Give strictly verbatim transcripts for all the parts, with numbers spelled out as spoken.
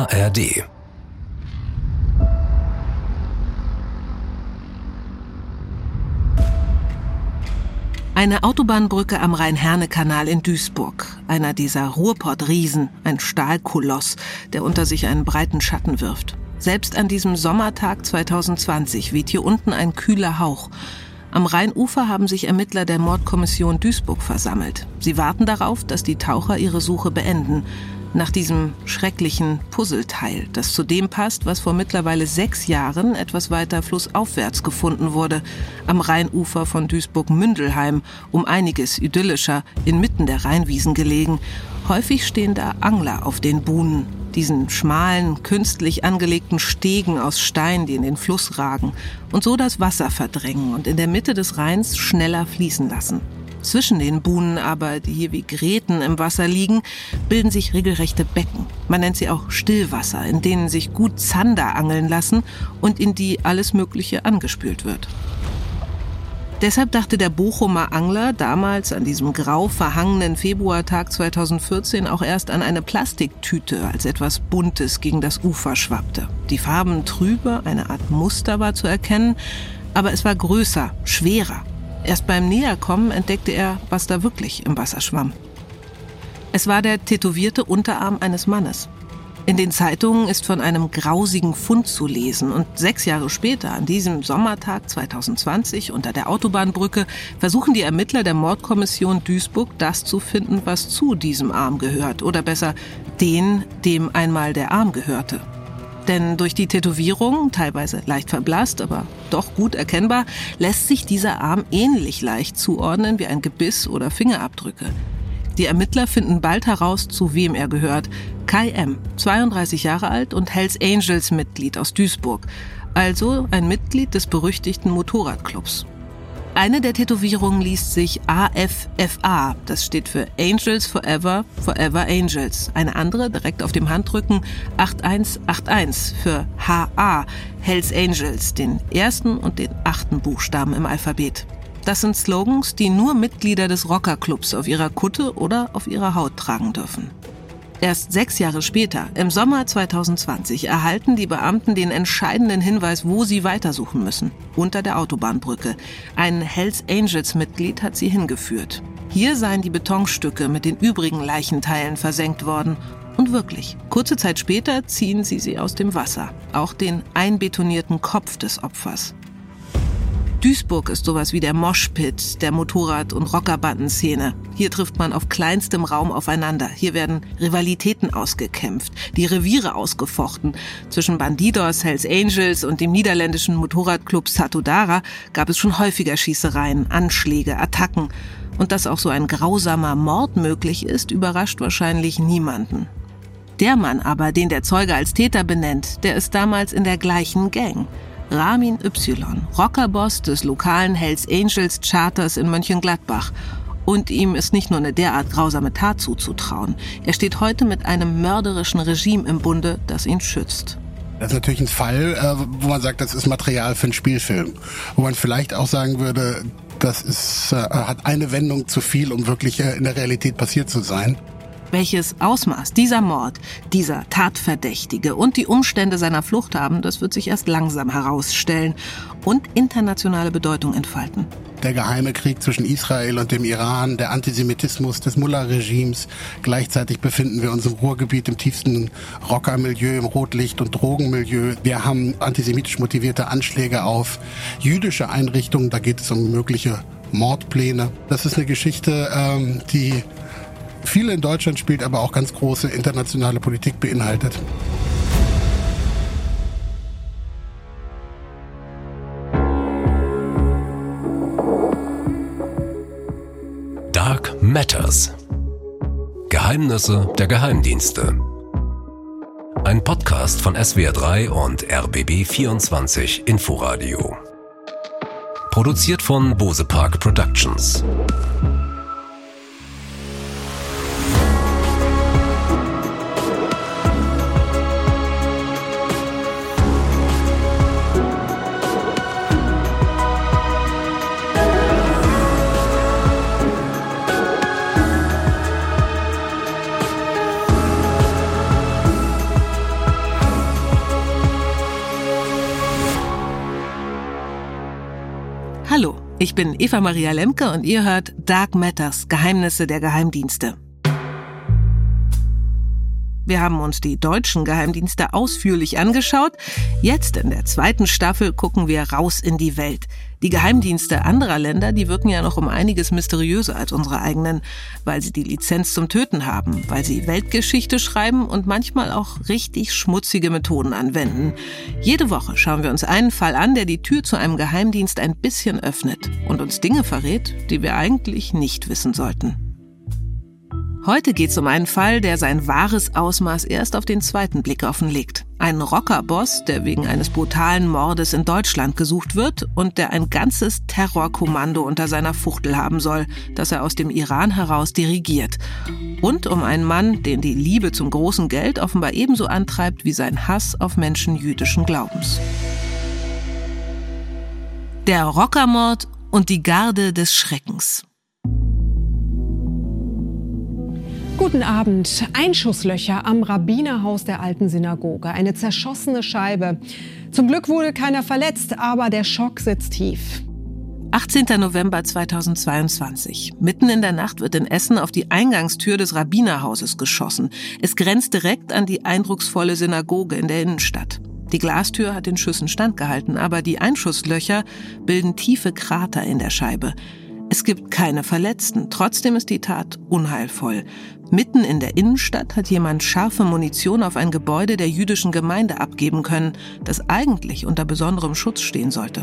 R D. Eine Autobahnbrücke am Rhein-Herne-Kanal in Duisburg. Einer dieser Ruhrpott-Riesen, ein Stahlkoloss, der unter sich einen breiten Schatten wirft. Selbst an diesem Sommertag zweitausendzwanzig weht hier unten ein kühler Hauch. Am Rheinufer haben sich Ermittler der Mordkommission Duisburg versammelt. Sie warten darauf, dass die Taucher ihre Suche beenden. Nach diesem schrecklichen Puzzleteil, das zu dem passt, was vor mittlerweile sechs Jahren etwas weiter flussaufwärts gefunden wurde, am Rheinufer von Duisburg-Mündelheim, um einiges idyllischer, inmitten der Rheinwiesen gelegen. Häufig stehen da Angler auf den Buhnen, diesen schmalen, künstlich angelegten Stegen aus Stein, die in den Fluss ragen und so das Wasser verdrängen und in der Mitte des Rheins schneller fließen lassen. Zwischen den Buhnen aber, die hier wie Gräten im Wasser liegen, bilden sich regelrechte Becken. Man nennt sie auch Stillwasser, in denen sich gut Zander angeln lassen und in die alles Mögliche angespült wird. Deshalb dachte der Bochumer Angler damals an diesem grau verhangenen Februartag zweitausendvierzehn auch erst an eine Plastiktüte, als etwas Buntes gegen das Ufer schwappte. Die Farben trübe, eine Art Muster war zu erkennen, aber es war größer, schwerer. Erst beim Näherkommen entdeckte er, was da wirklich im Wasser schwamm. Es war der tätowierte Unterarm eines Mannes. In den Zeitungen ist von einem grausigen Fund zu lesen und sechs Jahre später, an diesem Sommertag zweitausendzwanzig unter der Autobahnbrücke, versuchen die Ermittler der Mordkommission Duisburg, das zu finden, was zu diesem Arm gehört oder besser den, dem einmal der Arm gehörte. Denn durch die Tätowierung, teilweise leicht verblasst, aber doch gut erkennbar, lässt sich dieser Arm ähnlich leicht zuordnen wie ein Gebiss oder Fingerabdrücke. Die Ermittler finden bald heraus, zu wem er gehört. Kai M., zweiunddreißig Jahre alt und Hells Angels Mitglied aus Duisburg, also ein Mitglied des berüchtigten Motorradclubs. Eine der Tätowierungen liest sich A F F A, das steht für Angels Forever, Forever Angels. Eine andere, direkt auf dem Handrücken, acht eins acht eins für H A, Hells Angels, den ersten und den achten Buchstaben im Alphabet. Das sind Slogans, die nur Mitglieder des Rockerclubs auf ihrer Kutte oder auf ihrer Haut tragen dürfen. Erst sechs Jahre später, im Sommer zweitausendzwanzig, erhalten die Beamten den entscheidenden Hinweis, wo sie weitersuchen müssen. Unter der Autobahnbrücke. Ein Hells Angels-Mitglied hat sie hingeführt. Hier seien die Betonstücke mit den übrigen Leichenteilen versenkt worden. Und wirklich, kurze Zeit später ziehen sie sie aus dem Wasser. Auch den einbetonierten Kopf des Opfers. Duisburg ist sowas wie der Moshpit der Motorrad- und Rockerbandenszene. Hier trifft man auf kleinstem Raum aufeinander. Hier werden Rivalitäten ausgekämpft, die Reviere ausgefochten. Zwischen Bandidos, Hells Angels und dem niederländischen Motorradclub Satudara gab es schon häufiger Schießereien, Anschläge, Attacken. Und dass auch so ein grausamer Mord möglich ist, überrascht wahrscheinlich niemanden. Der Mann aber, den der Zeuge als Täter benennt, der ist damals in der gleichen Gang. Ramin Y., Rockerboss des lokalen Hells Angels Charters in Mönchengladbach. Und ihm ist nicht nur eine derart grausame Tat zuzutrauen. Er steht heute mit einem mörderischen Regime im Bunde, das ihn schützt. Das ist natürlich ein Fall, wo man sagt, das ist Material für einen Spielfilm. Wo man vielleicht auch sagen würde, das ist, hat eine Wendung zu viel, um wirklich in der Realität passiert zu sein. Welches Ausmaß dieser Mord, dieser Tatverdächtige und die Umstände seiner Flucht haben, das wird sich erst langsam herausstellen und internationale Bedeutung entfalten. Der geheime Krieg zwischen Israel und dem Iran, der Antisemitismus des Mullah-Regimes. Gleichzeitig befinden wir uns im Ruhrgebiet im tiefsten Rockermilieu, im Rotlicht- und Drogenmilieu. Wir haben antisemitisch motivierte Anschläge auf jüdische Einrichtungen. Da geht es um mögliche Mordpläne. Das ist eine Geschichte, ähm, die viele in Deutschland spielt, aber auch ganz große internationale Politik beinhaltet. Dark Matters. Geheimnisse der Geheimdienste. Ein Podcast von S W R drei und R B B vierundzwanzig Inforadio. Produziert von Bose Park Productions. Ich bin Eva Maria Lemke und ihr hört Dark Matters, Geheimnisse der Geheimdienste. Wir haben uns die deutschen Geheimdienste ausführlich angeschaut. Jetzt in der zweiten Staffel gucken wir raus in die Welt. Die Geheimdienste anderer Länder, die wirken ja noch um einiges mysteriöser als unsere eigenen, weil sie die Lizenz zum Töten haben, weil sie Weltgeschichte schreiben und manchmal auch richtig schmutzige Methoden anwenden. Jede Woche schauen wir uns einen Fall an, der die Tür zu einem Geheimdienst ein bisschen öffnet und uns Dinge verrät, die wir eigentlich nicht wissen sollten. Heute geht es um einen Fall, der sein wahres Ausmaß erst auf den zweiten Blick offenlegt. Ein Rockerboss, der wegen eines brutalen Mordes in Deutschland gesucht wird und der ein ganzes Terrorkommando unter seiner Fuchtel haben soll, das er aus dem Iran heraus dirigiert. Und um einen Mann, den die Liebe zum großen Geld offenbar ebenso antreibt wie sein Hass auf Menschen jüdischen Glaubens. Der Rockermord und die Garde des Schreckens. Guten Abend. Einschusslöcher am Rabbinerhaus der alten Synagoge. Eine zerschossene Scheibe. Zum Glück wurde keiner verletzt, aber der Schock sitzt tief. achtzehnter November zweitausendzweiundzwanzig. Mitten in der Nacht wird in Essen auf die Eingangstür des Rabbinerhauses geschossen. Es grenzt direkt an die eindrucksvolle Synagoge in der Innenstadt. Die Glastür hat den Schüssen standgehalten, aber die Einschusslöcher bilden tiefe Krater in der Scheibe. Es gibt keine Verletzten, trotzdem ist die Tat unheilvoll. Mitten in der Innenstadt hat jemand scharfe Munition auf ein Gebäude der jüdischen Gemeinde abgeben können, das eigentlich unter besonderem Schutz stehen sollte.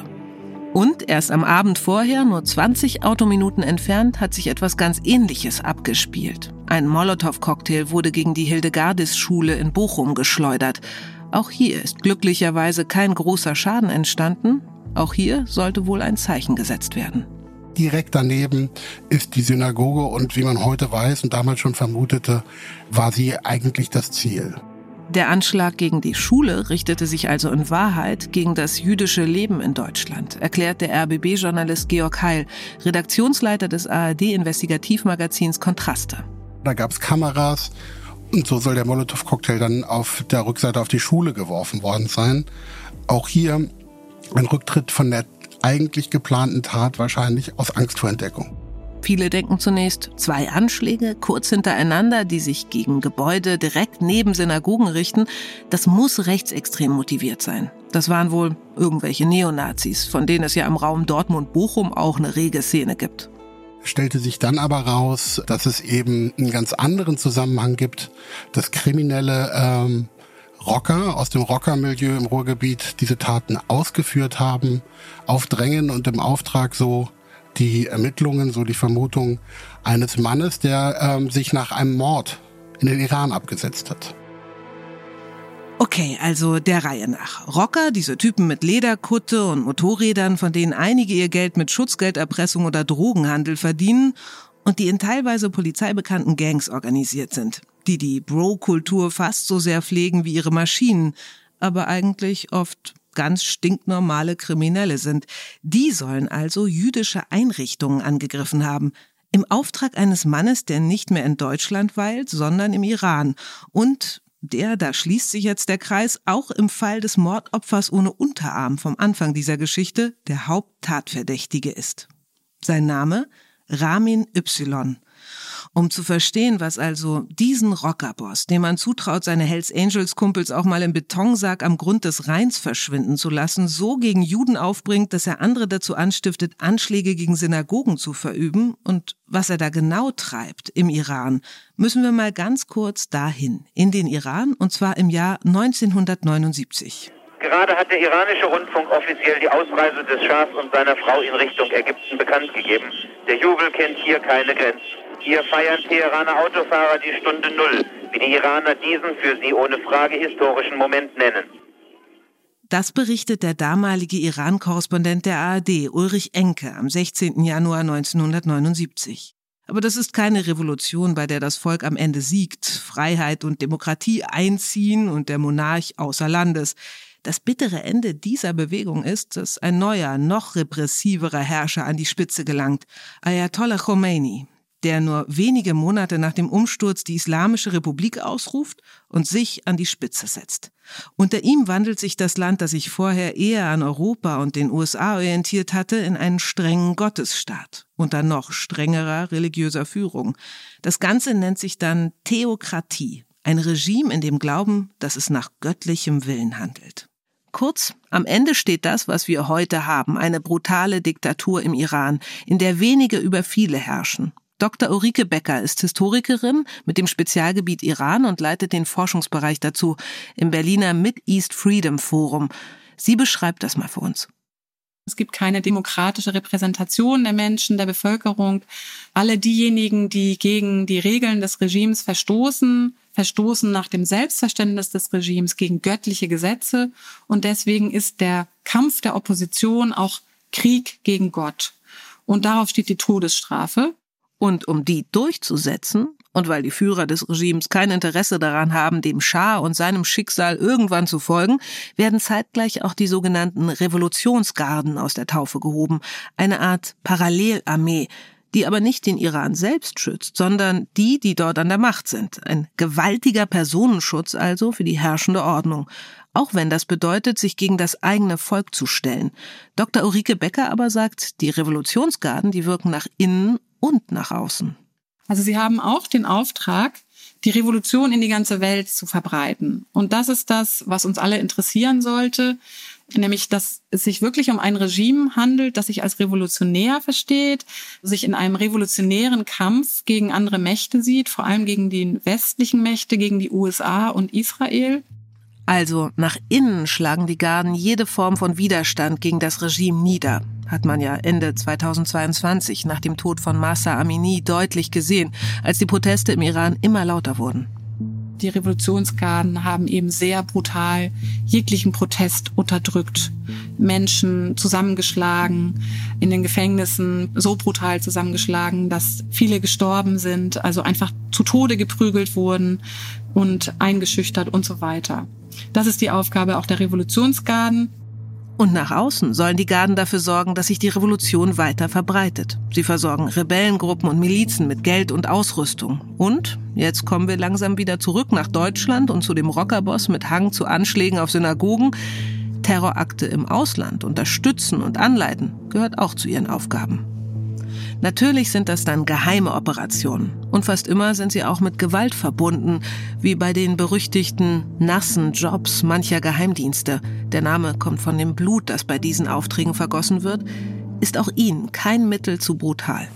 Und erst am Abend vorher, nur zwanzig Autominuten entfernt, hat sich etwas ganz Ähnliches abgespielt. Ein Molotow-Cocktail wurde gegen die Hildegardis-Schule in Bochum geschleudert. Auch hier ist glücklicherweise kein großer Schaden entstanden. Auch hier sollte wohl ein Zeichen gesetzt werden. Direkt daneben ist die Synagoge und wie man heute weiß und damals schon vermutete, war sie eigentlich das Ziel. Der Anschlag gegen die Schule richtete sich also in Wahrheit gegen das jüdische Leben in Deutschland, erklärt der R B B-Journalist Georg Heil, Redaktionsleiter des A R D-Investigativmagazins Kontraste. Da gab es Kameras und so soll der Molotow-Cocktail dann auf der Rückseite auf die Schule geworfen worden sein. Auch hier ein Rücktritt von der eigentlich geplanten Tat, wahrscheinlich aus Angst vor Entdeckung. Viele denken zunächst, zwei Anschläge kurz hintereinander, die sich gegen Gebäude direkt neben Synagogen richten, das muss rechtsextrem motiviert sein. Das waren wohl irgendwelche Neonazis, von denen es ja im Raum Dortmund-Bochum auch eine rege Szene gibt. Stellte sich dann aber raus, dass es eben einen ganz anderen Zusammenhang gibt, dass kriminelle ähm, Rocker aus dem Rockermilieu im Ruhrgebiet diese Taten ausgeführt haben, auf Drängen und im Auftrag so die Ermittlungen, so die Vermutung eines Mannes, der ähm, sich nach einem Mord in den Iran abgesetzt hat. Okay, also der Reihe nach. Rocker, diese Typen mit Lederkutte und Motorrädern, von denen einige ihr Geld mit Schutzgelderpressung oder Drogenhandel verdienen und die in teilweise polizeibekannten Gangs organisiert sind, die die Bro-Kultur fast so sehr pflegen wie ihre Maschinen, aber eigentlich oft ganz stinknormale Kriminelle sind. Die sollen also jüdische Einrichtungen angegriffen haben, im Auftrag eines Mannes, der nicht mehr in Deutschland weilt, sondern im Iran. Und der, da schließt sich jetzt der Kreis, auch im Fall des Mordopfers ohne Unterarm vom Anfang dieser Geschichte der Haupttatverdächtige ist. Sein Name? Ramin Y. Um zu verstehen, was also diesen Rockerboss, dem man zutraut, seine Hells Angels Kumpels auch mal im Betonsack am Grund des Rheins verschwinden zu lassen, so gegen Juden aufbringt, dass er andere dazu anstiftet, Anschläge gegen Synagogen zu verüben und was er da genau treibt im Iran, müssen wir mal ganz kurz dahin, in den Iran, und zwar im Jahr neunzehnhundertneunundsiebzig. Gerade hat der iranische Rundfunk offiziell die Ausreise des Schahs und seiner Frau in Richtung Ägypten bekannt gegeben. Der Jubel kennt hier keine Grenzen. Hier feiern Teheraner Autofahrer die Stunde Null, wie die Iraner diesen für sie ohne Frage historischen Moment nennen. Das berichtet der damalige Iran-Korrespondent der A R D, Ulrich Enke, am sechzehnten Januar neunzehnhundertneunundsiebzig. Aber das ist keine Revolution, bei der das Volk am Ende siegt, Freiheit und Demokratie einziehen und der Monarch außer Landes. Das bittere Ende dieser Bewegung ist, dass ein neuer, noch repressiverer Herrscher an die Spitze gelangt, Ayatollah Khomeini. der nur wenige Monate nach dem Umsturz die Islamische Republik ausruft und sich an die Spitze setzt. Unter ihm wandelt sich das Land, das sich vorher eher an Europa und den U S A orientiert hatte, in einen strengen Gottesstaat unter noch strengerer religiöser Führung. Das Ganze nennt sich dann Theokratie, ein Regime, in dem Glauben, dass es nach göttlichem Willen handelt. Kurz, am Ende steht das, was wir heute haben, eine brutale Diktatur im Iran, in der wenige über viele herrschen. Doktor Ulrike Becker ist Historikerin mit dem Spezialgebiet Iran und leitet den Forschungsbereich dazu im Berliner Mid-East Freedom Forum. Sie beschreibt das mal für uns. Es gibt keine demokratische Repräsentation der Menschen, der Bevölkerung. Alle diejenigen, die gegen die Regeln des Regimes verstoßen, verstoßen nach dem Selbstverständnis des Regimes gegen göttliche Gesetze. Und deswegen ist der Kampf der Opposition auch Krieg gegen Gott. Und darauf steht die Todesstrafe. Und um die durchzusetzen, und weil die Führer des Regimes kein Interesse daran haben, dem Schah und seinem Schicksal irgendwann zu folgen, werden zeitgleich auch die sogenannten Revolutionsgarden aus der Taufe gehoben, eine Art Parallelarmee, die aber nicht den Iran selbst schützt, sondern die, die dort an der Macht sind. Ein gewaltiger Personenschutz also für die herrschende Ordnung. Auch wenn das bedeutet, sich gegen das eigene Volk zu stellen. Doktor Ulrike Becker aber sagt, die Revolutionsgarden, die wirken nach innen und nach außen. Also sie haben auch den Auftrag, die Revolution in die ganze Welt zu verbreiten. Und das ist das, was uns alle interessieren sollte, nämlich, dass es sich wirklich um ein Regime handelt, das sich als revolutionär versteht, sich in einem revolutionären Kampf gegen andere Mächte sieht, vor allem gegen die westlichen Mächte, gegen die U S A und Israel. Also nach innen schlagen die Garden jede Form von Widerstand gegen das Regime nieder. Hat man ja Ende zweitausendzweiundzwanzig nach dem Tod von Mahsa Amini deutlich gesehen, als die Proteste im Iran immer lauter wurden. Die Revolutionsgarden haben eben sehr brutal jeglichen Protest unterdrückt, Menschen zusammengeschlagen, in den Gefängnissen so brutal zusammengeschlagen, dass viele gestorben sind, also einfach zu Tode geprügelt wurden und eingeschüchtert und so weiter. Das ist die Aufgabe auch der Revolutionsgarden. Und nach außen sollen die Garden dafür sorgen, dass sich die Revolution weiter verbreitet. Sie versorgen Rebellengruppen und Milizen mit Geld und Ausrüstung. Und jetzt kommen wir langsam wieder zurück nach Deutschland und zu dem Rockerboss mit Hang zu Anschlägen auf Synagogen. Terrorakte im Ausland unterstützen und anleiten gehört auch zu ihren Aufgaben. Natürlich sind das dann geheime Operationen. Und fast immer sind sie auch mit Gewalt verbunden, wie bei den berüchtigten nassen Jobs mancher Geheimdienste. Der Name kommt von dem Blut, das bei diesen Aufträgen vergossen wird, ist auch ihnen kein Mittel zu brutal.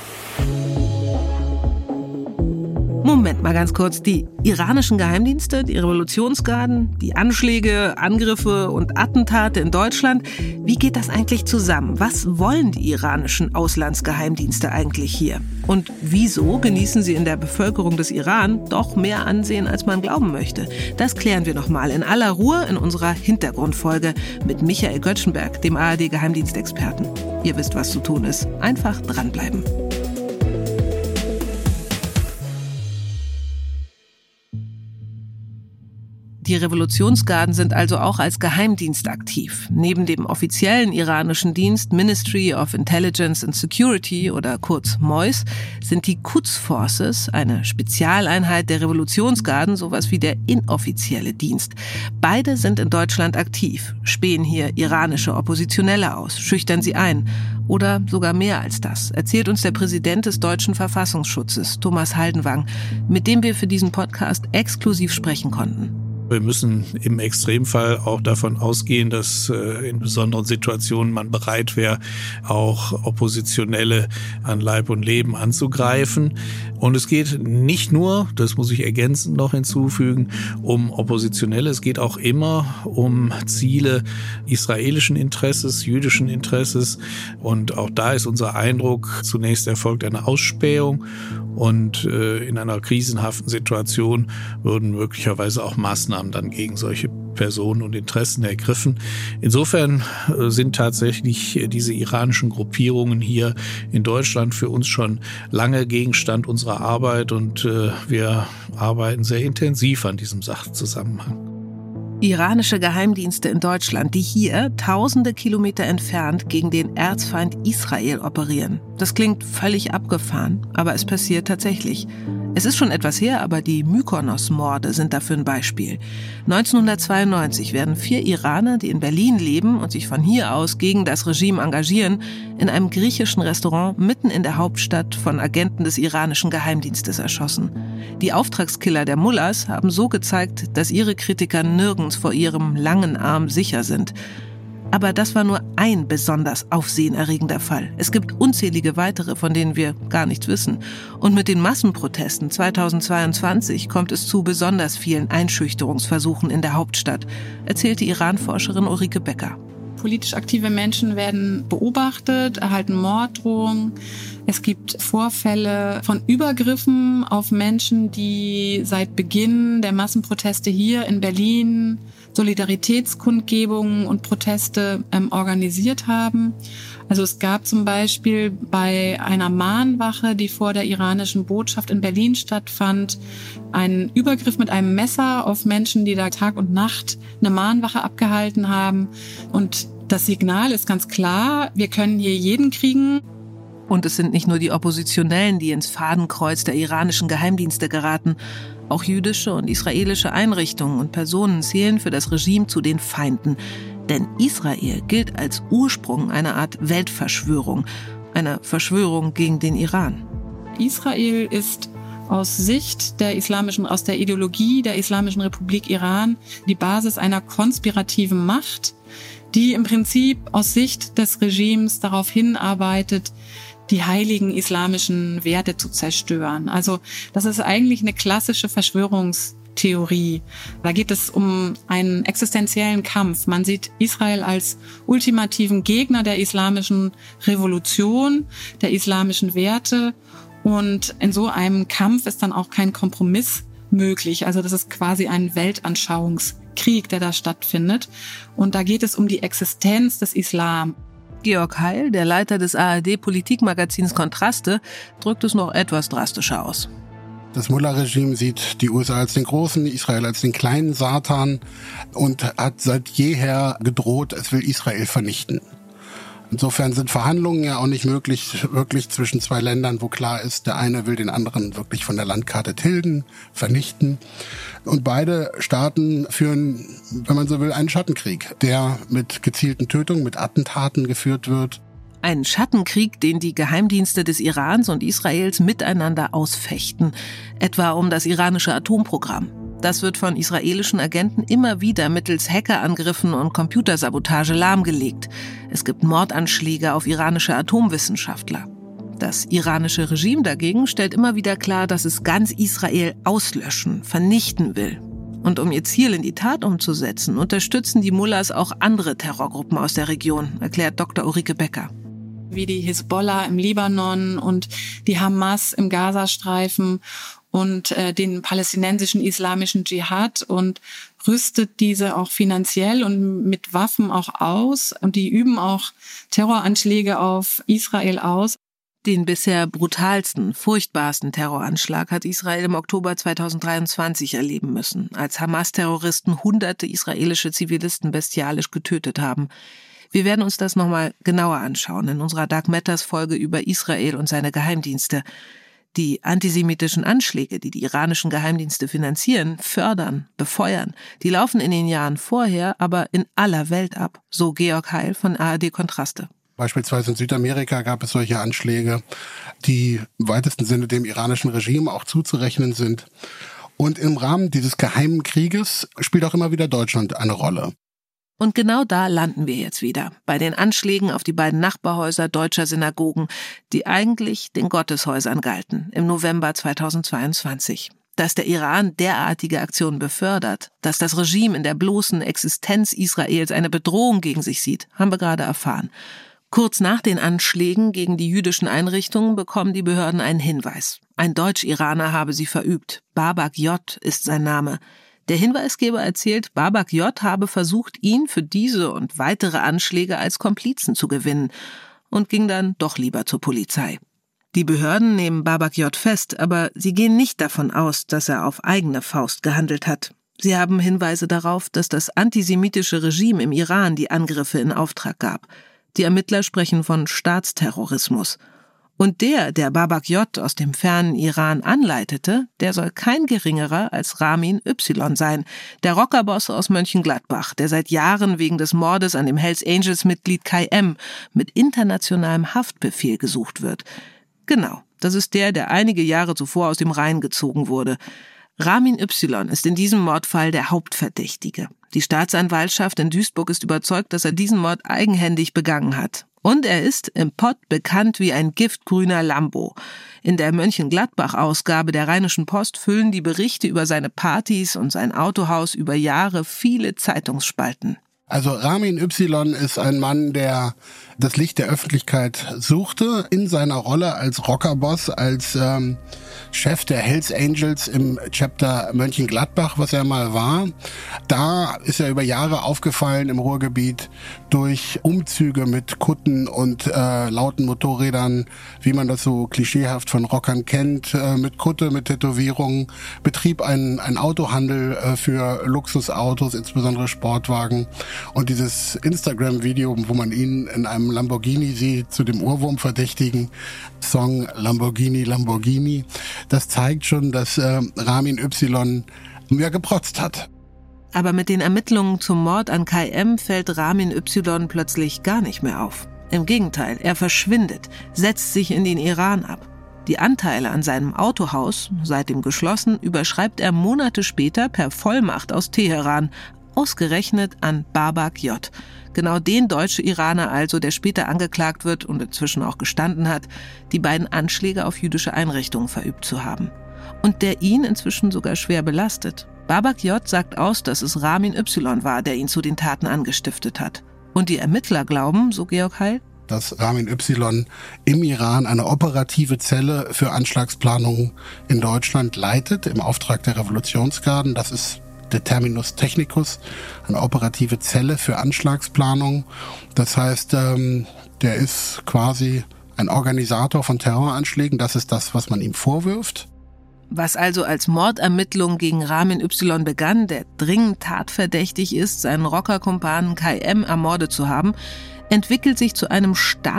Moment mal ganz kurz, die iranischen Geheimdienste, die Revolutionsgarden, die Anschläge, Angriffe und Attentate in Deutschland, wie geht das eigentlich zusammen? Was wollen die iranischen Auslandsgeheimdienste eigentlich hier? Und wieso genießen sie in der Bevölkerung des Iran doch mehr Ansehen, als man glauben möchte? Das klären wir nochmal in aller Ruhe in unserer Hintergrundfolge mit Michael Göttschenberg, dem A R D-Geheimdienstexperten. Ihr wisst, was zu tun ist. Einfach dranbleiben. Die Revolutionsgarden sind also auch als Geheimdienst aktiv. Neben dem offiziellen iranischen Dienst Ministry of Intelligence and Security oder kurz M O I S sind die Quds Forces, eine Spezialeinheit der Revolutionsgarden, sowas wie der inoffizielle Dienst. Beide sind in Deutschland aktiv, spähen hier iranische Oppositionelle aus, schüchtern sie ein. Oder sogar mehr als das, erzählt uns der Präsident des Deutschen Verfassungsschutzes, Thomas Haldenwang, mit dem wir für diesen Podcast exklusiv sprechen konnten. Wir müssen im Extremfall auch davon ausgehen, dass äh, in besonderen Situationen man bereit wäre, auch Oppositionelle an Leib und Leben anzugreifen. Und es geht nicht nur, das muss ich ergänzend noch hinzufügen, um Oppositionelle. Es geht auch immer um Ziele israelischen Interesses, jüdischen Interesses. Und auch da ist unser Eindruck, zunächst erfolgt eine Ausspähung. Und äh, in einer krisenhaften Situation würden möglicherweise auch Maßnahmen dann gegen solche Personen und Interessen ergriffen. Insofern äh, sind tatsächlich äh, diese iranischen Gruppierungen hier in Deutschland für uns schon lange Gegenstand unserer Arbeit und äh, wir arbeiten sehr intensiv an diesem Sachzusammenhang. Iranische Geheimdienste in Deutschland, die hier, tausende Kilometer entfernt, gegen den Erzfeind Israel operieren. Das klingt völlig abgefahren, aber es passiert tatsächlich. Es ist schon etwas her, aber die Mykonos-Morde sind dafür ein Beispiel. neunzehnhundertzweiundneunzig werden vier Iraner, die in Berlin leben und sich von hier aus gegen das Regime engagieren, in einem griechischen Restaurant mitten in der Hauptstadt von Agenten des iranischen Geheimdienstes erschossen. Die Auftragskiller der Mullahs haben so gezeigt, dass ihre Kritiker nirgends vor ihrem langen Arm sicher sind. Aber das war nur ein besonders aufsehenerregender Fall. Es gibt unzählige weitere, von denen wir gar nichts wissen. Und mit den Massenprotesten zweitausendzweiundzwanzig kommt es zu besonders vielen Einschüchterungsversuchen in der Hauptstadt, erzählte Iran-Forscherin Ulrike Becker. Politisch aktive Menschen werden beobachtet, erhalten Morddrohungen. Es gibt Vorfälle von Übergriffen auf Menschen, die seit Beginn der Massenproteste hier in Berlin Solidaritätskundgebungen und Proteste ähm, organisiert haben. Also es gab zum Beispiel bei einer Mahnwache, die vor der iranischen Botschaft in Berlin stattfand, einen Übergriff mit einem Messer auf Menschen, die da Tag und Nacht eine Mahnwache abgehalten haben. Und das Signal ist ganz klar, wir können hier jeden kriegen. Und es sind nicht nur die Oppositionellen, die ins Fadenkreuz der iranischen Geheimdienste geraten. Auch jüdische und israelische Einrichtungen und Personen zählen für das Regime zu den Feinden. Denn Israel gilt als Ursprung einer Art Weltverschwörung, einer Verschwörung gegen den Iran. Israel ist aus Sicht der islamischen, aus der Ideologie der Islamischen Republik Iran die Basis einer konspirativen Macht, die im Prinzip aus Sicht des Regimes darauf hinarbeitet, die heiligen islamischen Werte zu zerstören. Also das ist eigentlich eine klassische Verschwörungstheorie. Da geht es um einen existenziellen Kampf. Man sieht Israel als ultimativen Gegner der islamischen Revolution, der islamischen Werte. Und in so einem Kampf ist dann auch kein Kompromiss möglich. Also das ist quasi ein Weltanschauungskrieg, der da stattfindet. Und da geht es um die Existenz des Islam. Georg Heil, der Leiter des A R D-Politikmagazins Kontraste, drückt es noch etwas drastischer aus. Das Mullah-Regime sieht die U S A als den großen, Israel als den kleinen Satan und hat seit jeher gedroht, es will Israel vernichten. Insofern sind Verhandlungen ja auch nicht möglich, wirklich zwischen zwei Ländern, wo klar ist, der eine will den anderen wirklich von der Landkarte tilgen, vernichten. Und beide Staaten führen, wenn man so will, einen Schattenkrieg, der mit gezielten Tötungen, mit Attentaten geführt wird. Ein Schattenkrieg, den die Geheimdienste des Irans und Israels miteinander ausfechten, etwa um das iranische Atomprogramm. Das wird von israelischen Agenten immer wieder mittels Hackerangriffen und Computersabotage lahmgelegt. Es gibt Mordanschläge auf iranische Atomwissenschaftler. Das iranische Regime dagegen stellt immer wieder klar, dass es ganz Israel auslöschen, vernichten will. Und um ihr Ziel in die Tat umzusetzen, unterstützen die Mullahs auch andere Terrorgruppen aus der Region, erklärt Doktor Ulrike Becker. Wie die Hisbollah im Libanon und die Hamas im Gazastreifen und äh, den palästinensischen islamischen Dschihad und rüstet diese auch finanziell und mit Waffen auch aus. Und die üben auch Terroranschläge auf Israel aus. Den bisher brutalsten, furchtbarsten Terroranschlag hat Israel im Oktober zweitausenddreiundzwanzig erleben müssen, als Hamas-Terroristen hunderte israelische Zivilisten bestialisch getötet haben. Wir werden uns das nochmal genauer anschauen in unserer Dark Matters-Folge über Israel und seine Geheimdienste. Die antisemitischen Anschläge, die die iranischen Geheimdienste finanzieren, fördern, befeuern, die laufen in den Jahren vorher aber in aller Welt ab, so Georg Heil von A R D Kontraste. Beispielsweise in Südamerika gab es solche Anschläge, die im weitesten Sinne dem iranischen Regime auch zuzurechnen sind. Und im Rahmen dieses geheimen Krieges spielt auch immer wieder Deutschland eine Rolle. Und genau da landen wir jetzt wieder, bei den Anschlägen auf die beiden Nachbarhäuser deutscher Synagogen, die eigentlich den Gotteshäusern galten, im November zweitausendzweiundzwanzig. Dass der Iran derartige Aktionen befördert, dass das Regime in der bloßen Existenz Israels eine Bedrohung gegen sich sieht, haben wir gerade erfahren. Kurz nach den Anschlägen gegen die jüdischen Einrichtungen bekommen die Behörden einen Hinweis. Ein Deutsch-Iraner habe sie verübt. Babak J. ist sein Name. Der Hinweisgeber erzählt, Babak J. habe versucht, ihn für diese und weitere Anschläge als Komplizen zu gewinnen und ging dann doch lieber zur Polizei. Die Behörden nehmen Babak J. fest, aber sie gehen nicht davon aus, dass er auf eigene Faust gehandelt hat. Sie haben Hinweise darauf, dass das antisemitische Regime im Iran die Angriffe in Auftrag gab. Die Ermittler sprechen von Staatsterrorismus. Und der, der Babak J. aus dem fernen Iran anleitete, der soll kein geringerer als Ramin Y. sein, der Rockerboss aus Mönchengladbach, der seit Jahren wegen des Mordes an dem Hells Angels-Mitglied K M mit internationalem Haftbefehl gesucht wird. Genau, das ist der, der einige Jahre zuvor aus dem Rhein gezogen wurde. Ramin Y. ist in diesem Mordfall der Hauptverdächtige. Die Staatsanwaltschaft in Duisburg ist überzeugt, dass er diesen Mord eigenhändig begangen hat. Und er ist im Pott bekannt wie ein giftgrüner Lambo. In der Mönchengladbach-Ausgabe der Rheinischen Post füllen die Berichte über seine Partys und sein Autohaus über Jahre viele Zeitungsspalten. Also Ramin Y. ist ein Mann, der das Licht der Öffentlichkeit suchte, in seiner Rolle als Rockerboss, als ähm, Chef der Hells Angels im Chapter Mönchengladbach, was er mal war. Da ist er über Jahre aufgefallen im Ruhrgebiet durch Umzüge mit Kutten und äh, lauten Motorrädern, wie man das so klischeehaft von Rockern kennt, äh, mit Kutte, mit Tätowierungen, betrieb einen, einen Autohandel äh, für Luxusautos, insbesondere Sportwagen. Und dieses Instagram-Video, wo man ihn in einem Lamborghini sieht, zu dem Ohrwurm-verdächtigen Song Lamborghini, Lamborghini, das zeigt schon, dass äh, Ramin Y. ja geprotzt hat. Aber mit den Ermittlungen zum Mord an K M fällt Ramin Y. plötzlich gar nicht mehr auf. Im Gegenteil, er verschwindet, setzt sich in den Iran ab. Die Anteile an seinem Autohaus, seitdem geschlossen, überschreibt er Monate später per Vollmacht aus Teheran, ausgerechnet an Babak J., genau den Deutsche-Iraner also, der später angeklagt wird und inzwischen auch gestanden hat, die beiden Anschläge auf jüdische Einrichtungen verübt zu haben. Und der ihn inzwischen sogar schwer belastet. Babak J. sagt aus, dass es Ramin Y. war, der ihn zu den Taten angestiftet hat. Und die Ermittler glauben, so Georg Heil, dass Ramin Y. im Iran eine operative Zelle für Anschlagsplanungen in Deutschland leitet, im Auftrag der Revolutionsgarden. Das ist der Terminus technicus, eine operative Zelle für Anschlagsplanung. Das heißt, ähm, der ist quasi ein Organisator von Terroranschlägen. Das ist das, was man ihm vorwirft. Was also als Mordermittlung gegen Ramin Y. begann, der dringend tatverdächtig ist, seinen Rockerkumpanen K M ermordet zu haben, entwickelt sich zu einem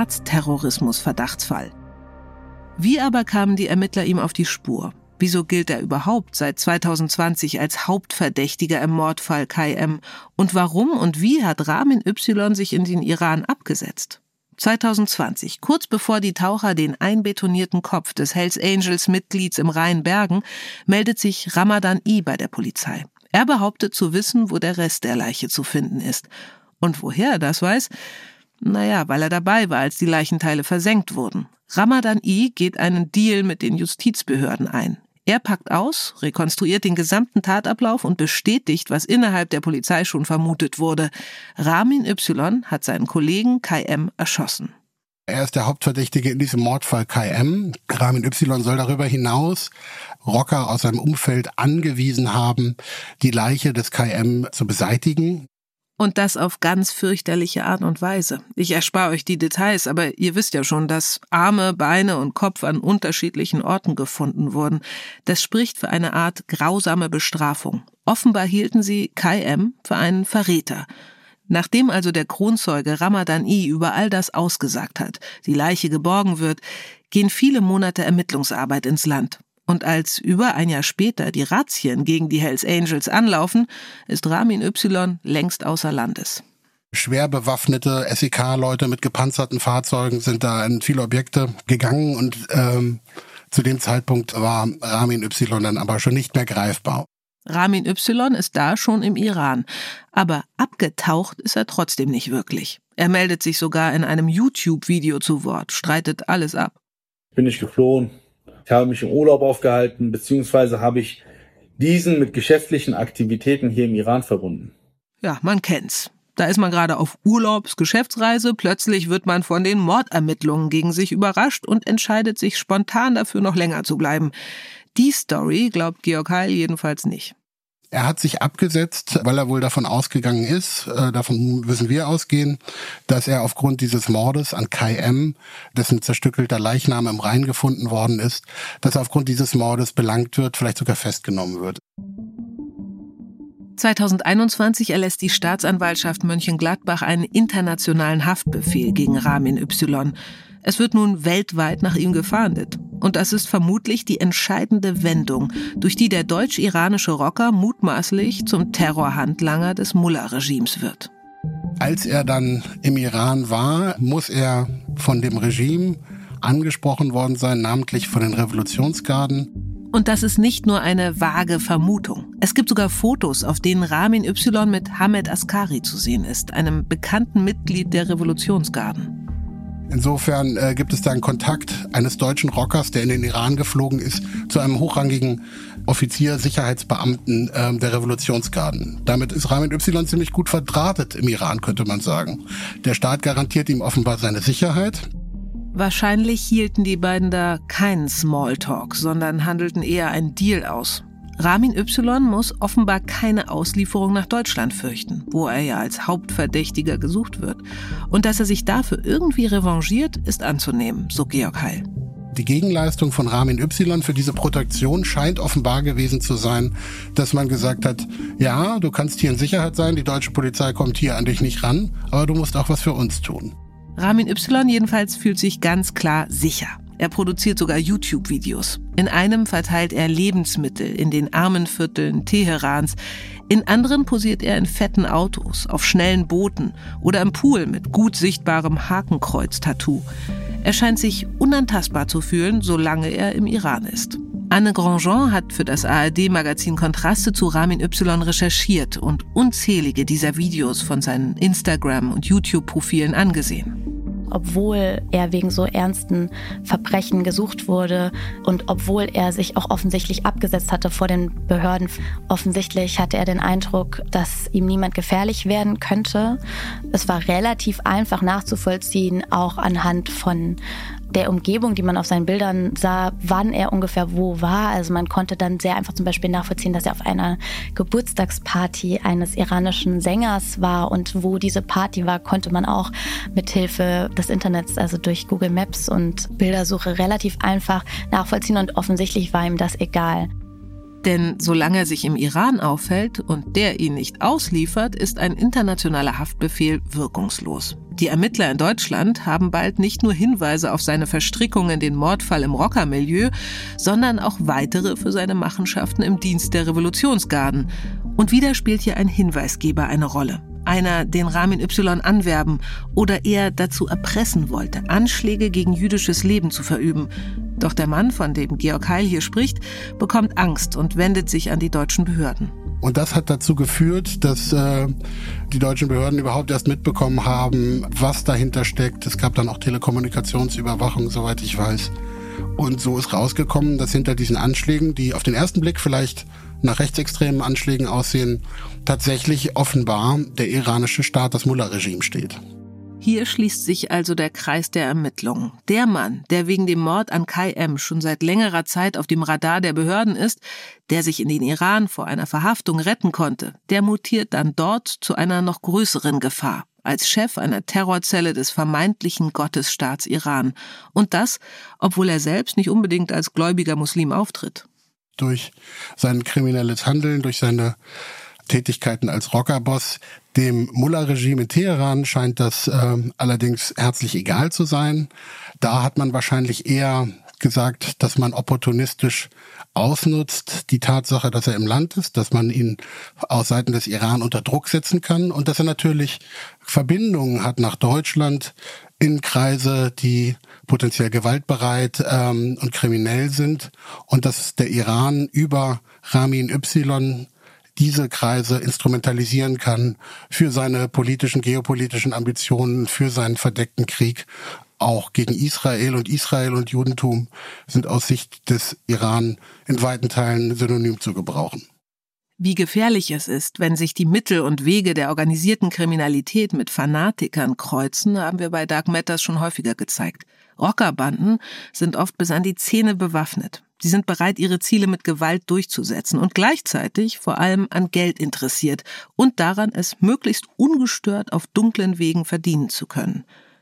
Staatsterrorismus-Verdachtsfall. Wie aber kamen die Ermittler ihm auf die Spur? Wieso gilt er überhaupt seit zweitausendzwanzig als Hauptverdächtiger im Mordfall K M? Und warum und wie hat Ramin Y. sich in den Iran abgesetzt? zweitausendzwanzig, kurz bevor die Taucher den einbetonierten Kopf des Hells Angels-Mitglieds im Rhein bergen, meldet sich Ramadan I. bei der Polizei. Er behauptet zu wissen, wo der Rest der Leiche zu finden ist. Und woher er das weiß? Naja, weil er dabei war, als die Leichenteile versenkt wurden. Ramadan I. geht einen Deal mit den Justizbehörden ein. Er packt aus, rekonstruiert den gesamten Tatablauf und bestätigt, was innerhalb der Polizei schon vermutet wurde. Ramin Y. hat seinen Kollegen K M erschossen. Er ist der Hauptverdächtige in diesem Mordfall K M. Ramin Y. soll darüber hinaus Rocker aus seinem Umfeld angewiesen haben, die Leiche des K M zu beseitigen. Und das auf ganz fürchterliche Art und Weise. Ich erspare euch die Details, aber ihr wisst ja schon, dass Arme, Beine und Kopf an unterschiedlichen Orten gefunden wurden. Das spricht für eine Art grausame Bestrafung. Offenbar hielten sie K M für einen Verräter. Nachdem also der Kronzeuge Ramadan I. über all das ausgesagt hat, die Leiche geborgen wird, gehen viele Monate Ermittlungsarbeit ins Land. Und als über ein Jahr später die Razzien gegen die Hells Angels anlaufen, ist Ramin Y. längst außer Landes. Schwer bewaffnete S E K-Leute mit gepanzerten Fahrzeugen sind da in viele Objekte gegangen und ähm, zu dem Zeitpunkt war Ramin Y. dann aber schon nicht mehr greifbar. Ramin Y. ist da schon im Iran, aber abgetaucht ist er trotzdem nicht wirklich. Er meldet sich sogar in einem YouTube-Video zu Wort, streitet alles ab. Bin ich geflohen. Ich habe mich im Urlaub aufgehalten, beziehungsweise habe ich diesen mit geschäftlichen Aktivitäten hier im Iran verbunden. Ja, man kennt's. Da ist man gerade auf Urlaubs-Geschäftsreise, plötzlich wird man von den Mordermittlungen gegen sich überrascht und entscheidet sich spontan dafür, noch länger zu bleiben. Die Story glaubt Georg Heil jedenfalls nicht. Er hat sich abgesetzt, weil er wohl davon ausgegangen ist, äh, davon müssen wir ausgehen, dass er aufgrund dieses Mordes an K M, dessen zerstückelter Leichnam im Rhein gefunden worden ist, dass er aufgrund dieses Mordes belangt wird, vielleicht sogar festgenommen wird. zweitausendeinundzwanzig erlässt die Staatsanwaltschaft Mönchengladbach einen internationalen Haftbefehl gegen Ramin Y. Es wird nun weltweit nach ihm gefahndet. Und das ist vermutlich die entscheidende Wendung, durch die der deutsch-iranische Rocker mutmaßlich zum Terrorhandlanger des Mullah-Regimes wird. Als er dann im Iran war, muss er von dem Regime angesprochen worden sein, namentlich von den Revolutionsgarden. Und das ist nicht nur eine vage Vermutung. Es gibt sogar Fotos, auf denen Ramin Y. mit Hamed Askari zu sehen ist, einem bekannten Mitglied der Revolutionsgarden. Insofern äh, gibt es da einen Kontakt eines deutschen Rockers, der in den Iran geflogen ist, zu einem hochrangigen Offizier, Sicherheitsbeamten äh, der Revolutionsgarden. Damit ist Ramin Y. ziemlich gut verdrahtet im Iran, könnte man sagen. Der Staat garantiert ihm offenbar seine Sicherheit. Wahrscheinlich hielten die beiden da keinen Smalltalk, sondern handelten eher einen Deal aus. Ramin Y. muss offenbar keine Auslieferung nach Deutschland fürchten, wo er ja als Hauptverdächtiger gesucht wird. Und dass er sich dafür irgendwie revanchiert, ist anzunehmen, so Georg Heil. Die Gegenleistung von Ramin Y. für diese Protektion scheint offenbar gewesen zu sein, dass man gesagt hat, ja, du kannst hier in Sicherheit sein, die deutsche Polizei kommt hier an dich nicht ran, aber du musst auch was für uns tun. Ramin Y. jedenfalls fühlt sich ganz klar sicher. Er produziert sogar YouTube-Videos. In einem verteilt er Lebensmittel in den Armenvierteln Teherans. In anderen posiert er in fetten Autos, auf schnellen Booten oder im Pool mit gut sichtbarem Hakenkreuz-Tattoo. Er scheint sich unantastbar zu fühlen, solange er im Iran ist. Anne Grandjean hat für das A R D-Magazin Kontraste zu Ramin Y. recherchiert und unzählige dieser Videos von seinen Instagram- und YouTube-Profilen angesehen. Obwohl er wegen so ernsten Verbrechen gesucht wurde und obwohl er sich auch offensichtlich abgesetzt hatte vor den Behörden, offensichtlich hatte er den Eindruck, dass ihm niemand gefährlich werden könnte. Es war relativ einfach nachzuvollziehen, auch anhand von der Umgebung, die man auf seinen Bildern sah, wann er ungefähr wo war. Also man konnte dann sehr einfach zum Beispiel nachvollziehen, dass er auf einer Geburtstagsparty eines iranischen Sängers war, und wo diese Party war, konnte man auch mit Hilfe des Internets, also durch Google Maps und Bildersuche, relativ einfach nachvollziehen, und offensichtlich war ihm das egal. Denn solange er sich im Iran aufhält und der ihn nicht ausliefert, ist ein internationaler Haftbefehl wirkungslos. Die Ermittler in Deutschland haben bald nicht nur Hinweise auf seine Verstrickung in den Mordfall im Rockermilieu, sondern auch weitere für seine Machenschaften im Dienst der Revolutionsgarden. Und wieder spielt hier ein Hinweisgeber eine Rolle. Einer, den Ramin Y. anwerben oder eher dazu erpressen wollte, Anschläge gegen jüdisches Leben zu verüben. Doch der Mann, von dem Georg Heil hier spricht, bekommt Angst und wendet sich an die deutschen Behörden. Und das hat dazu geführt, dass äh, die deutschen Behörden überhaupt erst mitbekommen haben, was dahinter steckt. Es gab dann auch Telekommunikationsüberwachung, soweit ich weiß. Und so ist rausgekommen, dass hinter diesen Anschlägen, die auf den ersten Blick vielleicht nach rechtsextremen Anschlägen aussehen, tatsächlich offenbar der iranische Staat, das Mullah-Regime, steht. Hier schließt sich also der Kreis der Ermittlungen. Der Mann, der wegen dem Mord an Kai M. schon seit längerer Zeit auf dem Radar der Behörden ist, der sich in den Iran vor einer Verhaftung retten konnte, der mutiert dann dort zu einer noch größeren Gefahr, als Chef einer Terrorzelle des vermeintlichen Gottesstaats Iran. Und das, obwohl er selbst nicht unbedingt als gläubiger Muslim auftritt. Durch sein kriminelles Handeln, durch seine Tätigkeiten als Rockerboss. Dem Mullah-Regime in Teheran scheint das äh, allerdings herzlich egal zu sein. Da hat man wahrscheinlich eher gesagt, dass man opportunistisch ausnutzt die Tatsache, dass er im Land ist, dass man ihn aus Seiten des Iran unter Druck setzen kann und dass er natürlich Verbindungen hat nach Deutschland in Kreise, die potenziell gewaltbereit ähm, und kriminell sind, und dass der Iran über Ramin Y. diese Kreise instrumentalisieren kann für seine politischen, geopolitischen Ambitionen, für seinen verdeckten Krieg, auch gegen Israel. Und Israel und Judentum sind aus Sicht des Iran in weiten Teilen synonym zu gebrauchen. Wie gefährlich es ist, wenn sich die Mittel und Wege der organisierten Kriminalität mit Fanatikern kreuzen, haben wir bei Dark Matters schon häufiger gezeigt. Rockerbanden sind oft bis an die Zähne bewaffnet. Sie sind bereit, ihre Ziele mit Gewalt durchzusetzen und gleichzeitig vor allem an Geld interessiert und daran, es möglichst ungestört auf dunklen Wegen verdienen zu können.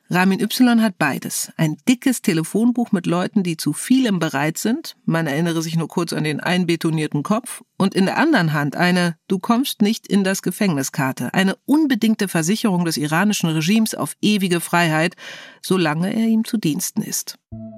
Ramin Y. hat beides. Ein dickes Telefonbuch mit Leuten, die zu vielem bereit sind. Man erinnere sich nur kurz an den einbetonierten Kopf. Und in der anderen Hand eine "Du kommst nicht in das Gefängniskarte", eine unbedingte Versicherung des iranischen Regimes auf ewige Freiheit, solange er ihm zu Diensten ist.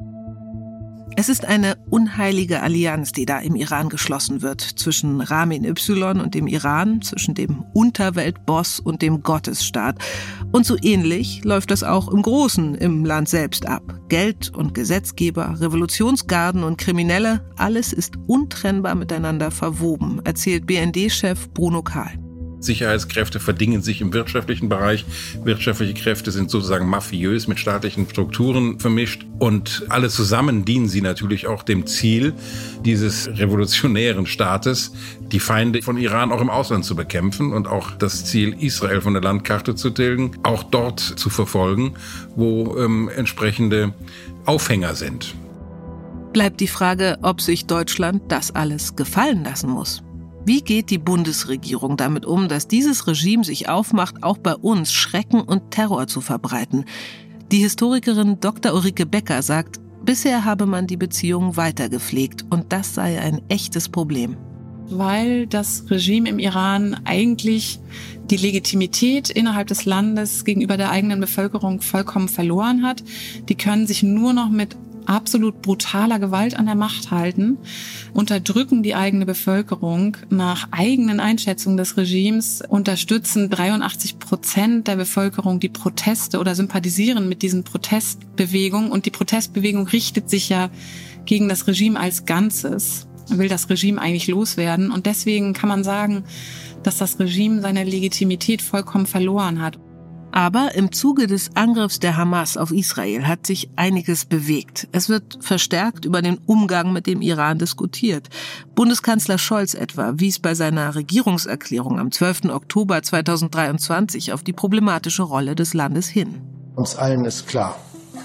Es ist eine unheilige Allianz, die da im Iran geschlossen wird, zwischen Ramin Y. und dem Iran, zwischen dem Unterweltboss und dem Gottesstaat. Und so ähnlich läuft das auch im Großen im Land selbst ab. Geld und Gesetzgeber, Revolutionsgarden und Kriminelle, alles ist untrennbar miteinander verwoben, erzählt B N D-Chef Bruno Kahl. Sicherheitskräfte verdingen sich im wirtschaftlichen Bereich. Wirtschaftliche Kräfte sind sozusagen mafiös mit staatlichen Strukturen vermischt. Und alle zusammen dienen sie natürlich auch dem Ziel dieses revolutionären Staates, die Feinde von Iran auch im Ausland zu bekämpfen und auch das Ziel, Israel von der Landkarte zu tilgen, auch dort zu verfolgen, wo ähm, entsprechende Aufhänger sind. Bleibt die Frage, ob sich Deutschland das alles gefallen lassen muss. Wie geht die Bundesregierung damit um, dass dieses Regime sich aufmacht, auch bei uns Schrecken und Terror zu verbreiten? Die Historikerin Doktor Ulrike Becker sagt, bisher habe man die Beziehungen weiter gepflegt und das sei ein echtes Problem. Weil das Regime im Iran eigentlich die Legitimität innerhalb des Landes gegenüber der eigenen Bevölkerung vollkommen verloren hat. Die können sich nur noch mit absolut brutaler Gewalt an der Macht halten, unterdrücken die eigene Bevölkerung. Nach eigenen Einschätzungen des Regimes unterstützen dreiundachtzig Prozent der Bevölkerung die Proteste oder sympathisieren mit diesen Protestbewegungen. Und die Protestbewegung richtet sich ja gegen das Regime als Ganzes, will das Regime eigentlich loswerden. Und deswegen kann man sagen, dass das Regime seine Legitimität vollkommen verloren hat. Aber im Zuge des Angriffs der Hamas auf Israel hat sich einiges bewegt. Es wird verstärkt über den Umgang mit dem Iran diskutiert. Bundeskanzler Scholz etwa wies bei seiner Regierungserklärung am zwölften Oktober zweitausenddreiundzwanzig auf die problematische Rolle des Landes hin. Uns allen ist klar,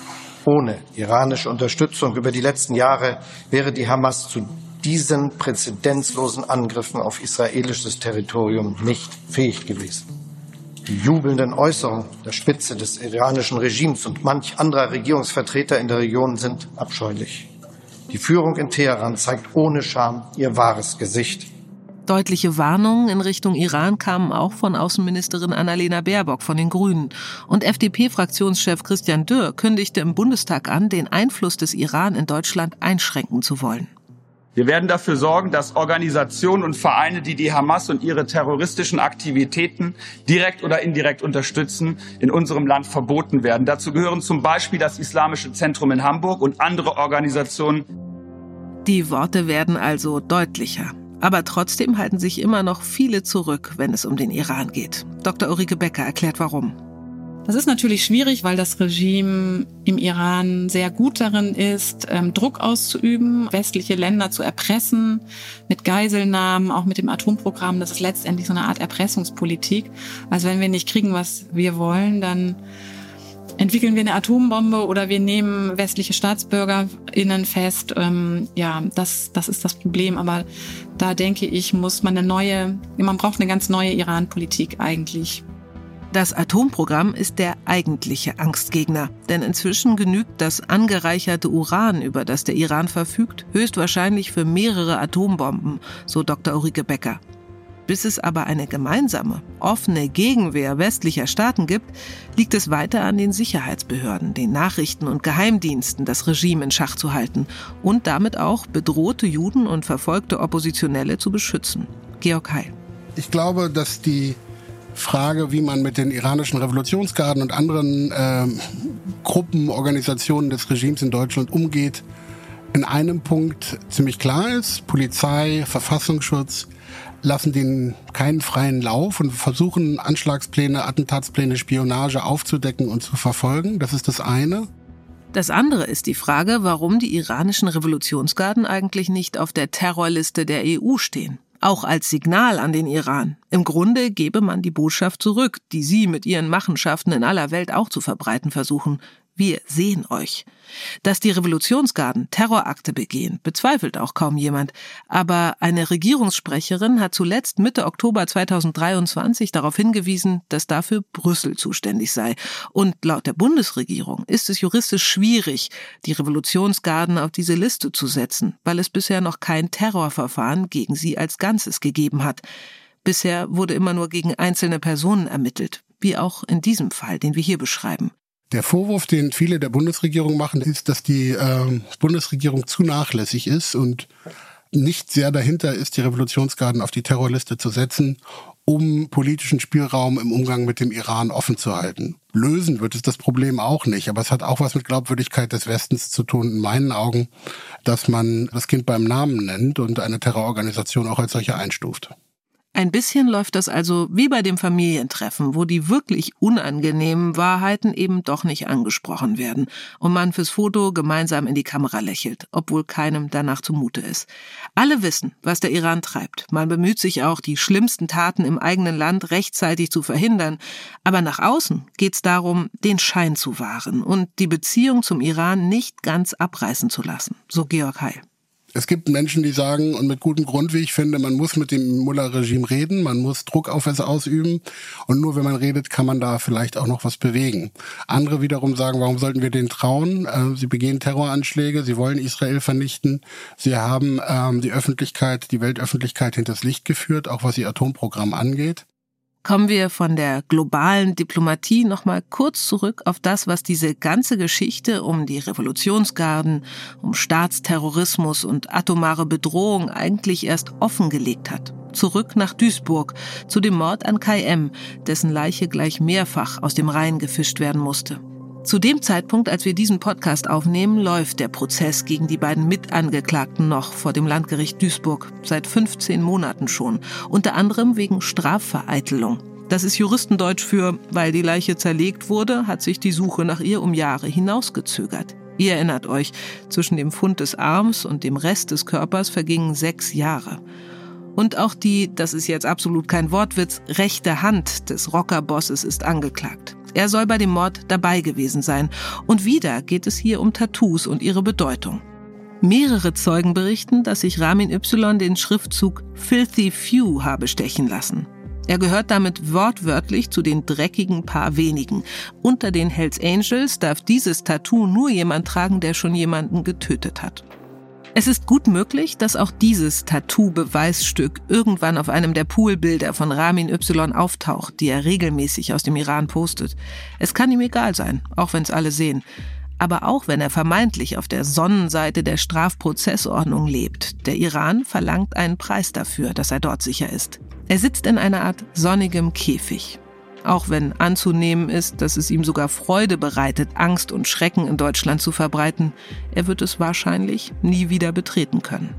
ohne iranische Unterstützung über die letzten Jahre wäre die Hamas zu diesen präzedenzlosen Angriffen auf israelisches Territorium nicht fähig gewesen. Die jubelnden Äußerungen der Spitze des iranischen Regimes und manch anderer Regierungsvertreter in der Region sind abscheulich. Die Führung in Teheran zeigt ohne Scham ihr wahres Gesicht. Deutliche Warnungen in Richtung Iran kamen auch von Außenministerin Annalena Baerbock von den Grünen. Und F D P-Fraktionschef Christian Dürr kündigte im Bundestag an, den Einfluss des Iran in Deutschland einschränken zu wollen. Wir werden dafür sorgen, dass Organisationen und Vereine, die die Hamas und ihre terroristischen Aktivitäten direkt oder indirekt unterstützen, in unserem Land verboten werden. Dazu gehören zum Beispiel das Islamische Zentrum in Hamburg und andere Organisationen. Die Worte werden also deutlicher. Aber trotzdem halten sich immer noch viele zurück, wenn es um den Iran geht. Doktor Ulrike Becker erklärt, warum. Das ist natürlich schwierig, weil das Regime im Iran sehr gut darin ist, Druck auszuüben, westliche Länder zu erpressen, mit Geiselnahmen, auch mit dem Atomprogramm. Das ist letztendlich so eine Art Erpressungspolitik. Also wenn wir nicht kriegen, was wir wollen, dann entwickeln wir eine Atombombe oder wir nehmen westliche StaatsbürgerInnen fest. Ähm, ja, das, das ist das Problem. Aber da denke ich, muss man eine neue, man braucht eine ganz neue Iran-Politik eigentlich. Das Atomprogramm ist der eigentliche Angstgegner, denn inzwischen genügt das angereicherte Uran, über das der Iran verfügt, höchstwahrscheinlich für mehrere Atombomben, so Doktor Ulrike Becker. Bis es aber eine gemeinsame, offene Gegenwehr westlicher Staaten gibt, liegt es weiter an den Sicherheitsbehörden, den Nachrichten- und Geheimdiensten, das Regime in Schach zu halten und damit auch bedrohte Juden und verfolgte Oppositionelle zu beschützen. Georg Heil. Ich glaube, dass die Frage, wie man mit den iranischen Revolutionsgarden und anderen äh, Gruppen, Organisationen des Regimes in Deutschland umgeht, in einem Punkt ziemlich klar ist. Polizei, Verfassungsschutz lassen denen keinen freien Lauf und versuchen, Anschlagspläne, Attentatspläne, Spionage aufzudecken und zu verfolgen. Das ist das eine. Das andere ist die Frage, warum die iranischen Revolutionsgarden eigentlich nicht auf der Terrorliste der E U stehen. Auch als Signal an den Iran. Im Grunde gebe man die Botschaft zurück, die sie mit ihren Machenschaften in aller Welt auch zu verbreiten versuchen. Wir sehen euch. Dass die Revolutionsgarden Terrorakte begehen, bezweifelt auch kaum jemand. Aber eine Regierungssprecherin hat zuletzt Mitte Oktober zweitausenddreiundzwanzig darauf hingewiesen, dass dafür Brüssel zuständig sei. Und laut der Bundesregierung ist es juristisch schwierig, die Revolutionsgarden auf diese Liste zu setzen, weil es bisher noch kein Terrorverfahren gegen sie als Ganzes gegeben hat. Bisher wurde immer nur gegen einzelne Personen ermittelt, wie auch in diesem Fall, den wir hier beschreiben. Der Vorwurf, den viele der Bundesregierung machen, ist, dass die äh, Bundesregierung zu nachlässig ist und nicht sehr dahinter ist, die Revolutionsgarden auf die Terrorliste zu setzen, um politischen Spielraum im Umgang mit dem Iran offen zu halten. Lösen wird es das Problem auch nicht, aber es hat auch was mit Glaubwürdigkeit des Westens zu tun, in meinen Augen, dass man das Kind beim Namen nennt und eine Terrororganisation auch als solche einstuft. Ein bisschen läuft das also wie bei dem Familientreffen, wo die wirklich unangenehmen Wahrheiten eben doch nicht angesprochen werden und man fürs Foto gemeinsam in die Kamera lächelt, obwohl keinem danach zumute ist. Alle wissen, was der Iran treibt. Man bemüht sich auch, die schlimmsten Taten im eigenen Land rechtzeitig zu verhindern. Aber nach außen geht's darum, den Schein zu wahren und die Beziehung zum Iran nicht ganz abreißen zu lassen, so Georg Heil. Es gibt Menschen, die sagen, und mit gutem Grund, wie ich finde, man muss mit dem Mullah-Regime reden, man muss Druck auf es ausüben und nur wenn man redet, kann man da vielleicht auch noch was bewegen. Andere wiederum sagen, warum sollten wir denen trauen? Äh, sie begehen Terroranschläge, sie wollen Israel vernichten, sie haben ähm, die Öffentlichkeit, die Weltöffentlichkeit hinters Licht geführt, auch was ihr Atomprogramm angeht. Kommen wir von der globalen Diplomatie nochmal kurz zurück auf das, was diese ganze Geschichte um die Revolutionsgarden, um Staatsterrorismus und atomare Bedrohung eigentlich erst offengelegt hat. Zurück nach Duisburg, zu dem Mord an Kai M., dessen Leiche gleich mehrfach aus dem Rhein gefischt werden musste. Zu dem Zeitpunkt, als wir diesen Podcast aufnehmen, läuft der Prozess gegen die beiden Mitangeklagten noch vor dem Landgericht Duisburg, seit fünfzehn Monaten schon, unter anderem wegen Strafvereitelung. Das ist Juristendeutsch für, weil die Leiche zerlegt wurde, hat sich die Suche nach ihr um Jahre hinausgezögert. Ihr erinnert euch, zwischen dem Fund des Arms und dem Rest des Körpers vergingen sechs Jahre. Und auch die, das ist jetzt absolut kein Wortwitz, rechte Hand des Rockerbosses ist angeklagt. Er soll bei dem Mord dabei gewesen sein. Und wieder geht es hier um Tattoos und ihre Bedeutung. Mehrere Zeugen berichten, dass sich Ramin Y. den Schriftzug Filthy Few habe stechen lassen. Er gehört damit wortwörtlich zu den dreckigen paar wenigen. Unter den Hells Angels darf dieses Tattoo nur jemand tragen, der schon jemanden getötet hat. Es ist gut möglich, dass auch dieses Tattoo-Beweisstück irgendwann auf einem der Poolbilder von Ramin Y. auftaucht, die er regelmäßig aus dem Iran postet. Es kann ihm egal sein, auch wenn es alle sehen. Aber auch wenn er vermeintlich auf der Sonnenseite der Strafprozessordnung lebt, der Iran verlangt einen Preis dafür, dass er dort sicher ist. Er sitzt in einer Art sonnigem Käfig. Auch wenn anzunehmen ist, dass es ihm sogar Freude bereitet, Angst und Schrecken in Deutschland zu verbreiten, er wird es wahrscheinlich nie wieder betreten können.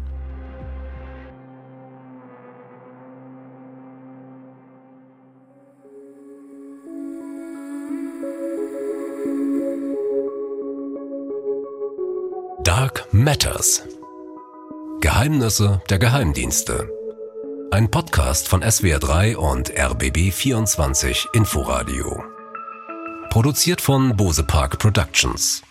Dark Matters. Geheimnisse der Geheimdienste. Ein Podcast von S W R drei und R B B vierundzwanzig Inforadio. Produziert von Bose Park Productions.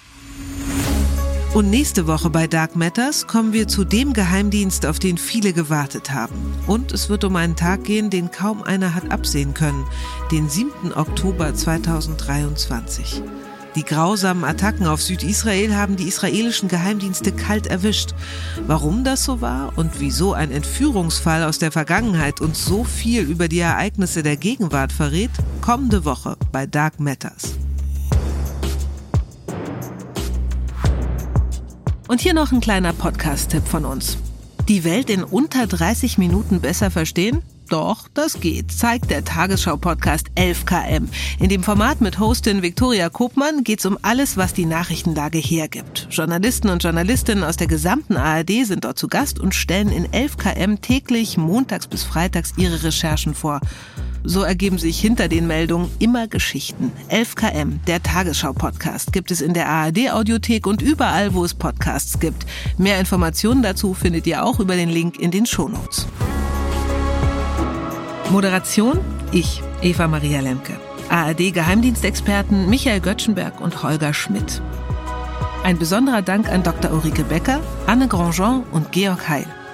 Und nächste Woche bei Dark Matters kommen wir zu dem Geheimdienst, auf den viele gewartet haben. Und es wird um einen Tag gehen, den kaum einer hat absehen können. Den siebten Oktober zweitausenddreiundzwanzig. Die grausamen Attacken auf Südisrael haben die israelischen Geheimdienste kalt erwischt. Warum das so war und wieso ein Entführungsfall aus der Vergangenheit uns so viel über die Ereignisse der Gegenwart verrät, kommende Woche bei Dark Matters. Und hier noch ein kleiner Podcast-Tipp von uns. Die Welt in unter dreißig Minuten besser verstehen? Doch, das geht, zeigt der Tagesschau-Podcast elf K M. In dem Format mit Hostin Viktoria Kopmann geht's um alles, was die Nachrichtenlage hergibt. Journalisten und Journalistinnen aus der gesamten A R D sind dort zu Gast und stellen in elf K M täglich montags bis freitags ihre Recherchen vor. So ergeben sich hinter den Meldungen immer Geschichten. elf K M, der Tagesschau-Podcast, gibt es in der A R D-Audiothek und überall, wo es Podcasts gibt. Mehr Informationen dazu findet ihr auch über den Link in den Shownotes. Moderation, ich, Eva Maria Lemke. A R D-Geheimdienstexperten Michael Göttschenberg und Holger Schmidt. Ein besonderer Dank an Doktor Ulrike Becker, Anne Grandjean und Georg Heil.